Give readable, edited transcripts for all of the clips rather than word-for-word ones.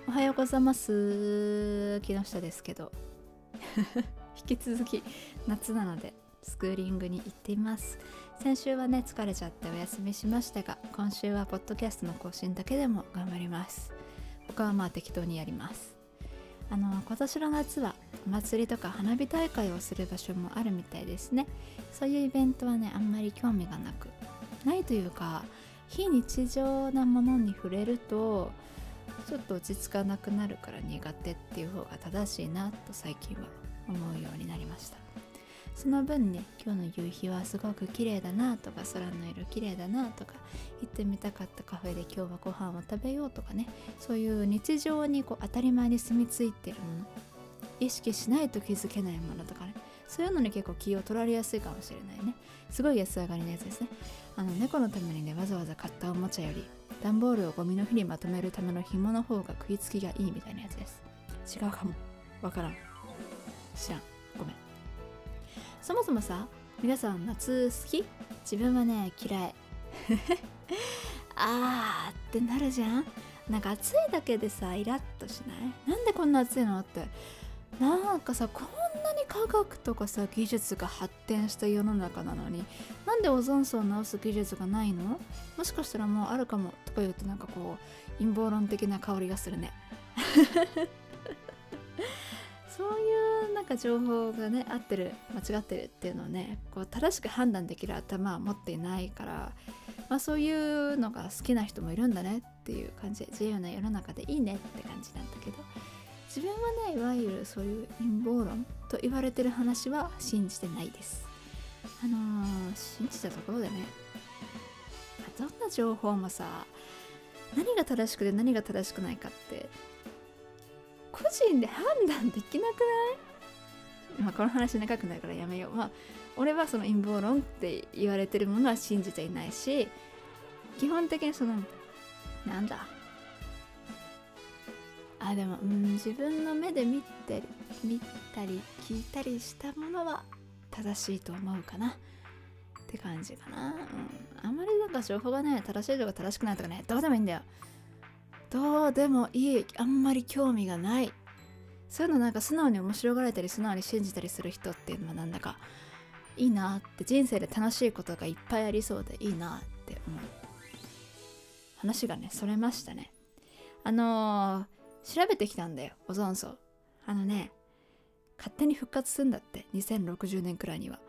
おはようございます。木下ですけど引き続き夏なのでスクーリングに行っています。先週はね疲れちゃってお休みしましたが、今週はポッドキャストの更新だけでも頑張ります。他はまあ適当にやります。今年の夏はお祭りとか花火大会をする場所もあるみたいですね。そういうイベントはねあんまり興味がないというか、非日常なものに触れるとちょっと落ち着かなくなるから苦手っていう方が正しいなと最近は思うようになりました。その分ね、今日の夕日はすごく綺麗だなとか、空の色綺麗だなとか、行ってみたかったカフェで今日はご飯を食べようとかね、そういう日常に当たり前に住み着いてるもの、意識しないと気づけないものとかね、そういうのに結構気を取られやすいかもしれないね。すごい安上がりのやつですね。猫のためにねわざわざ買ったおもちゃより段ボールをゴミの日にまとめるための紐の方が食いつきがいいみたいなやつです。違うかも、わからん、知らん、ごめん。そもそもさ、皆さん夏好き？自分はね嫌いあーってなるじゃん。なんか暑いだけでさイラッとしない？なんでこんな暑いのって。なんかさ、こんなに科学とかさ技術が発展した世の中なのに、なんでオゾン層を直す技術がないの？もしかしたらもうあるかもとか言うと、なんか陰謀論的な香りがするねそういうなんか情報がね合ってる間違ってるっていうのをね正しく判断できる頭は持っていないから、そういうのが好きな人もいるんだねっていう感じで、自由な世の中でいいねって感じなんだけど、自分はねいわゆるそういう陰謀論と言われてる話は信じてないです。信じたところでね、どんな情報もさ、何が正しくて何が正しくないかって個人で判断できなくない？この話長くないからやめよう。俺はその陰謀論って言われてるものは信じていないし、基本的にでも自分の目で見たり聞いたりしたものは正しいと思うかなって感じかな。あんまりなんか情報がね正しいとか正しくないとかね、どうでもいいんだよ。どうでもいい。あんまり興味がない。そういうのなんか素直に面白がられたり素直に信じたりする人っていうのはなんだかいいなって、人生で楽しいことがいっぱいありそうでいいなって思う。話がねそれましたね。調べてきたんだよ、オゾン層。勝手に復活するんだって、2060年くらいには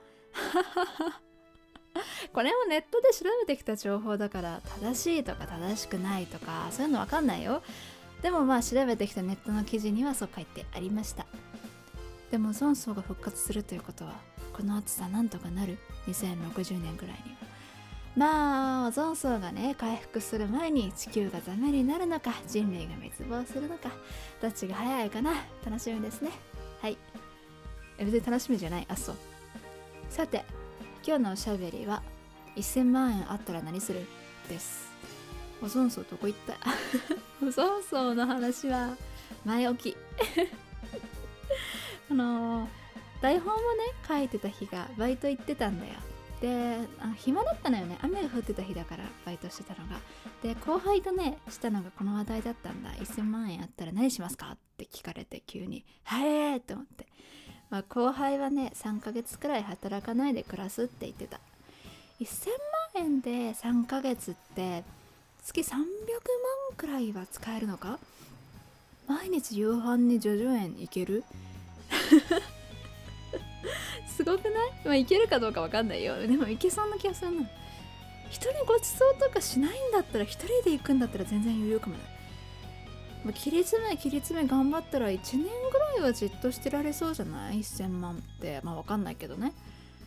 これもネットで調べてきた情報だから正しいとか正しくないとかそういうの分かんないよ。でも調べてきたネットの記事にはそう書いてありました。でもオゾン層が復活するということは、この暑さなんとかなる2060年くらいにはオゾン層がね回復する前に地球がダメになるのか、人類が滅亡するのか、どっちが早いかな。楽しみですね。はい、別に楽しみじゃない、そう。さて今日のおしゃべりは1000万円あったら何するです。オゾン層どこ行ったオゾン層の話は前置き台本をね書いてた日がバイト行ってたんだよ。で暇だったのよね。雨が降ってた日だからバイトしてたのが。で後輩とねしたのがこの話題だったんだ。1000万円あったら何しますかって聞かれて、急にはいって思って、後輩はね3ヶ月くらい働かないで暮らすって言ってた。1000万円で3ヶ月って月300万くらいは使えるのか。毎日夕飯に叙々苑行けるすごくない？いけるかどうかわかんないよ。でもいけそうな気がするな。人にご馳走とかしないんだったら、一人で行くんだったら全然余裕かもね。切り詰め頑張ったら1年ぐらいはじっとしてられそうじゃない？ 1000 万ってわかんないけどね。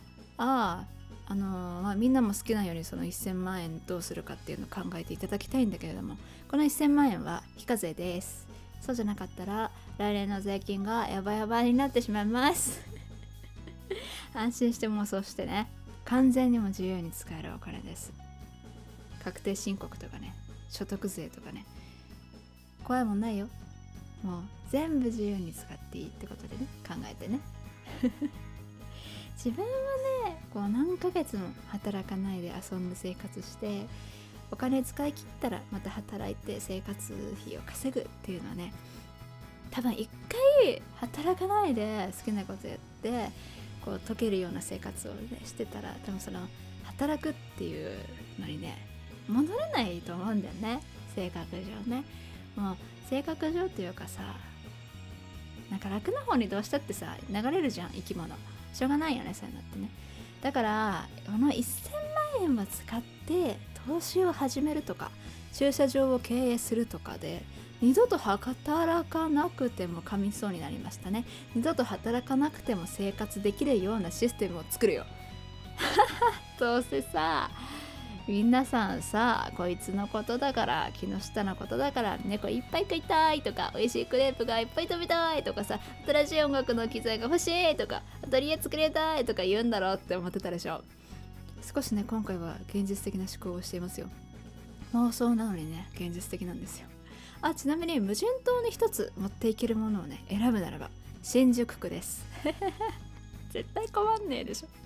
みんなも好きなようにその1000万円どうするかっていうのを考えていただきたいんだけれども、この1000万円は非課税です。そうじゃなかったら来年の税金がやばになってしまいます安心して妄想してね。完全にも自由に使えるお金です。確定申告とかね、所得税とかね、怖いもんないよ。もう全部自由に使っていいってことでね、考えてね自分はね何ヶ月も働かないで遊んで生活して、 お金使い切ったらまた働いて生活費を稼ぐっていうのはね、多分一回働かないで好きなことやってこう解けるような生活を、ね、してたら、多分その働くっていうのにね戻れないと思うんだよね、性格上ね。もう性格上というかさ、なんか楽な方にどうしたってさ流れるじゃん、生き物。しょうがないよね、そういうのってね。だからこの1000万円を使って投資を始めるとか駐車場を経営するとかで二度と働かなくても噛みそうになりましたね。二度と働かなくても生活できるようなシステムを作るよどうせさ皆さんさ、こいつのことだから木下のことだから猫いっぱい飼いたいとか、美味しいクレープがいっぱい食べたいとかさ、新しい音楽の機材が欲しいとか、アトリエ作りたいとか言うんだろうって思ってたでしょ。少しね今回は現実的な思考をしていますよ。妄想なのにね現実的なんですよ。あ、ちなみに無人島に一つ持っていけるものをね選ぶならば新宿区です絶対困んねえでしょ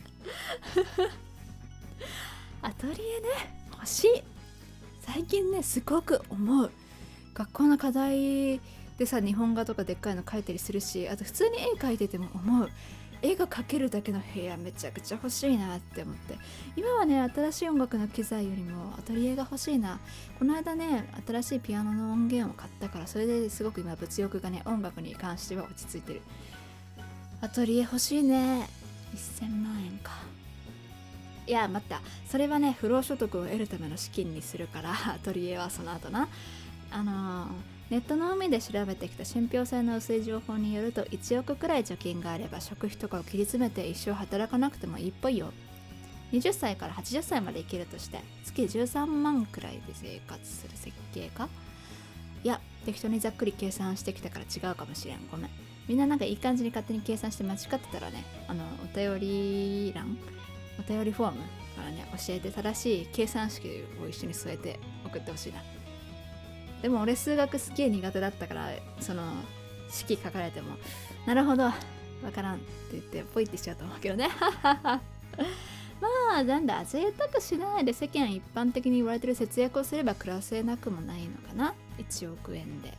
アトリエね欲しい。最近ねすごく思う。学校の課題でさ日本画とかでっかいの描いたりするし、あと普通に絵描いてても思う。絵が描けるだけの部屋めちゃくちゃ欲しいなって思って、今はね新しい音楽の機材よりもアトリエが欲しいな。この間ね新しいピアノの音源を買ったから、それですごく今物欲がね音楽に関しては落ち着いてる。アトリエ欲しいね。1000万円か。いや待った、それはね不労所得を得るための資金にするからアトリエはその後な。ネットの海で調べてきた信憑性の薄い情報によると、1億くらい貯金があれば食費とかを切り詰めて一生働かなくてもいいっぽいよ。20歳から80歳まで生きるとして月13万くらいで生活する設計か。いや適当にざっくり計算してきたから違うかもしれん、ごめん。みんななんかいい感じに勝手に計算して間違ってたらね、お便り欄、お便りフォームからね教えて正しい計算式を一緒に添えて送ってほしいな。でも俺数学すげえ苦手だったから、その式書かれてもなるほどわからんって言ってポイってしちゃうと思うけどねまあなんだ、贅沢しないで世間一般的に言われてる節約をすれば暮らせなくもないのかな、1億円で。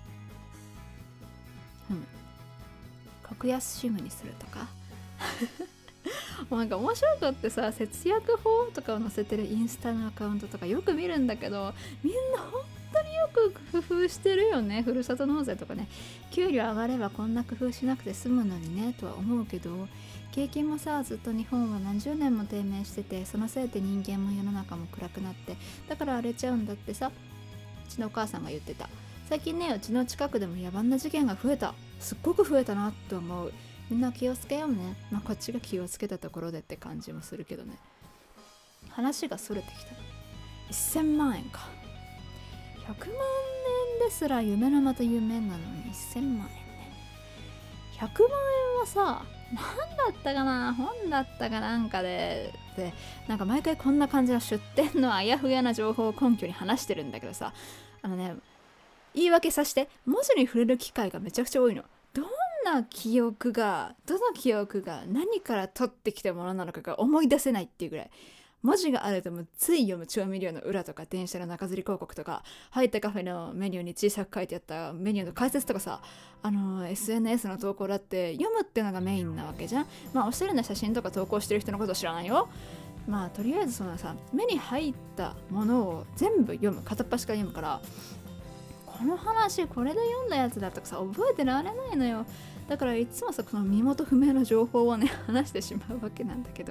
格安 SIM にするとかもうなんか面白くってさ、節約法とかを載せてるインスタのアカウントとかよく見るんだけど、みんな本当によく工夫してるよね。ふるさと納税とかね、給料上がればこんな工夫しなくて済むのにねとは思うけど、景気もさずっと日本は何十年も低迷してて、そのせいで人間も世の中も暗くなって、だから荒れちゃうんだってさ。うちのお母さんが言ってた。最近ねうちの近くでも野蛮な事件が増えた。すっごく増えたなと思う。みんな気をつけようね。まあこっちが気をつけたところでって感じもするけどね。話がそれてきた。1000万円か。100万円ですら夢のまた夢なのに1000万円ね。100万円はさ、何だったかな、本だったかなんかでなんか毎回こんな感じの出典のあやふやな情報を根拠に話してるんだけどさ、言い訳させて、文字に触れる機会がめちゃくちゃ多いの。どの記憶が何から取ってきたものなのかが思い出せないっていうぐらい、文字があるともうつい読む調味料の裏とか電車の中吊り広告とか、入ったカフェのメニューに小さく書いてあったメニューの解説とかさ、SNS の投稿だって読むってのがメインなわけじゃん。まあおしゃれな写真とか投稿してる人のこと知らないよ。まあとりあえずそのさ、目に入ったものを全部読む、片っ端から読むから、この話これで読んだやつだとかさ覚えてられないのよ。だからいつもさこの身元不明の情報をね話してしまうわけなんだけど、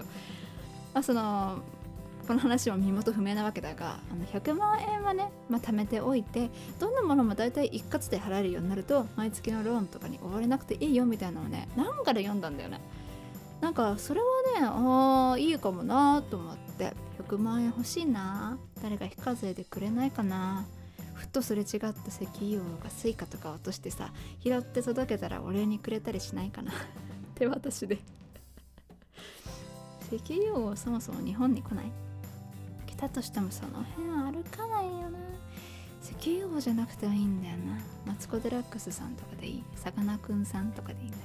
この話も身元不明なわけだが、100万円はね、貯めておいて、どんなものもだいたい一括で払えるようになると毎月のローンとかに追われなくていいよみたいなのをねなんかで読んだんだよね。なんかそれはねいいかもなと思って、100万円欲しいな、誰か非課税でくれないかな。ふとすれ違った石油王がスイカとか落としてさ、拾って届けたらお礼にくれたりしないかな手渡しで石油王はそもそも日本に来ない？来たとしてもその辺歩かないよな。石油王じゃなくてはいいんだよな。マツコ・デラックスさんとかでいい、さかなクンさんとかでいいんだ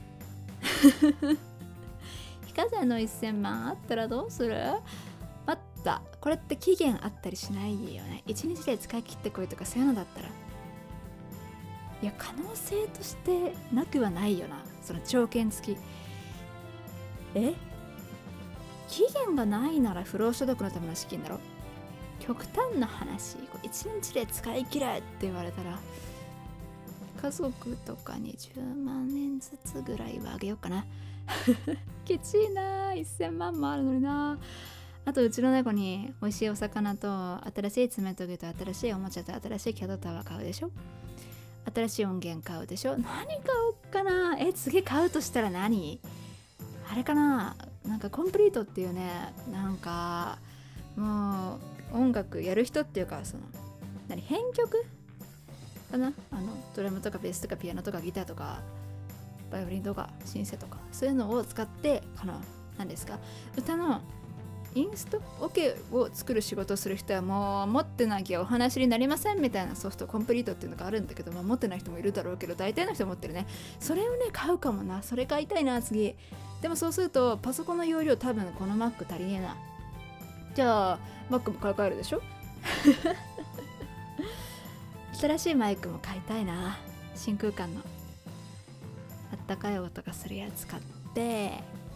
けど非課税の1000万あったらどうする？ た。これって期限あったりしないよね。1日で使い切ってこいとかそういうのだったら、いや可能性としてなくはないよな。その条件付き。期限がないなら不労所得のための資金だろ。極端な話、1日で使い切れって言われたら家族とかに10万円ずつぐらいはあげようかな。きちいな、1000万もあるのにな。あとうちの猫に美味しいお魚と新しい爪研ぎと新しいおもちゃと新しいキャドタワー買うでしょ。新しい音源買うでしょ。何買おうかな。次買うとしたら何？あれかな、なんかコンプリートっていうね、なんかもう音楽やる人っていうか、その編曲かな、ドラムとかベースとかピアノとかギターとかバイオリンとかシンセとかそういうのを使って何ですか、歌のインストオケを作る仕事をする人はもう持ってなきゃお話になりませんみたいなソフト、コンプリートっていうのがあるんだけど、持ってない人もいるだろうけど大体の人持ってるね。それをね買うかもな。それ買いたいな次。でもそうするとパソコンの容量多分この Mac 足りねえな。じゃあ Mac も買い替えるでしょ。新しいマイクも買いたいな。真空管のあったかい音がするやつ買って、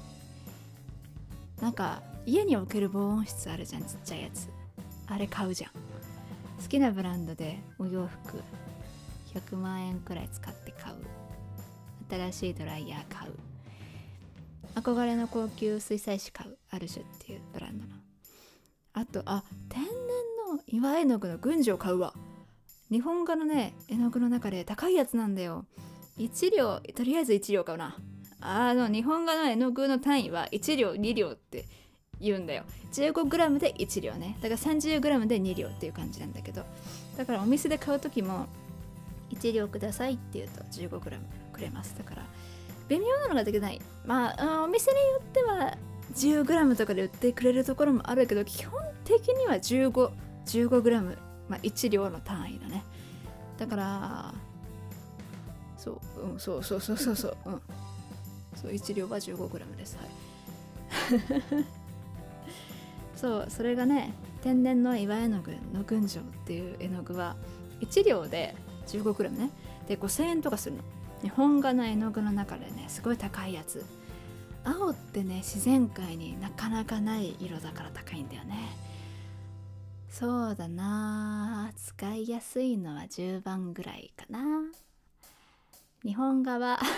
なんか家に置ける防音室あるじゃん、ちっちゃいやつ。あれ買うじゃん。好きなブランドでお洋服100万円くらい使って買う。新しいドライヤー買う。憧れの高級水彩紙買う。アルシュっていうブランドの。あと天然の岩絵の具の群青買うわ。日本画のね絵の具の中で高いやつなんだよ。1両、とりあえず1両買うな。日本画の絵の具の単位は1両2両って言うんだよ。 15g で1両ね。だから 30g で2両っていう感じなんだけど、だからお店で買う時も1両くださいって言うと 15g くれます。だから微妙なのができない。お店によっては 10g とかで売ってくれるところもあるけど、基本的には 15g、1両の単位だね。だからそう、1両は 15g です。はい。そう、それがね、天然の岩絵の具の群青っていう絵の具は1両で 15g ね。で5000円とかするの。日本画の絵の具の中でね、すごい高いやつ。青ってね、自然界になかなかない色だから高いんだよね。そうだな、使いやすいのは10番ぐらいかな。日本画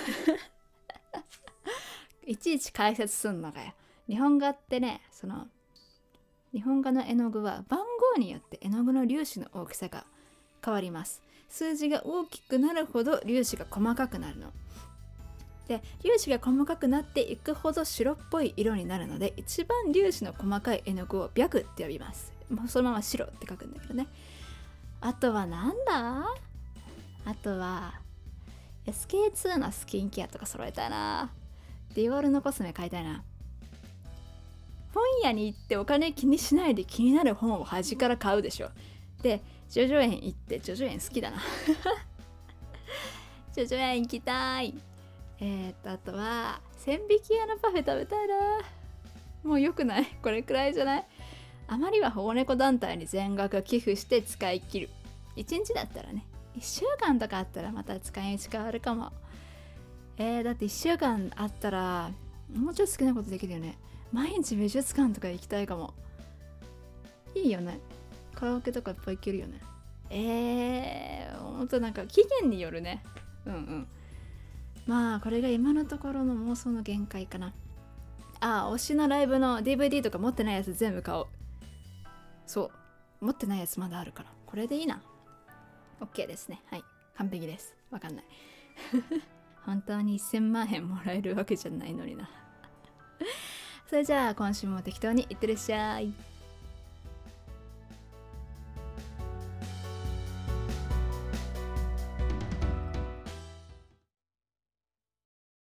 はいちいち解説すんのかよ。日本画ってね、日本画の絵の具は番号によって絵の具の粒子の大きさが変わります。数字が大きくなるほど粒子が細かくなるの。で、粒子が細かくなっていくほど白っぽい色になるので、一番粒子の細かい絵の具を白って呼びます。そのまま白って書くんだけどね。あとはなんだ？あとは SK2 のスキンケアとか揃えたいな。ディオールのコスメ買いたいな。本屋に行ってお金気にしないで気になる本を端から買うでしょ。で、ジョジョ園行って、ジョジョ園好きだな。ジョジョ園行きたい。あとは千匹屋のパフェ食べたいな。もうよくない？これくらいじゃない？あまりは保護猫団体に全額寄付して使い切る。1日だったらね、1週間とかあったらまた使い道変わるかも。だって1週間あったらもうちょっと好きなことできるよね。毎日美術館とか行きたいかも。いいよね。カラオケとかいっぱい行けるよね。ほんとなんか期限によるね。これが今のところの妄想の限界かな。推しのライブの DVD とか持ってないやつ全部買おう。そう、持ってないやつまだあるから、これでいいな。 OK ですね。はい、完璧です。わかんない。本当に1000万円もらえるわけじゃないのにな。それじゃあ今週も適当にいってらっしゃい。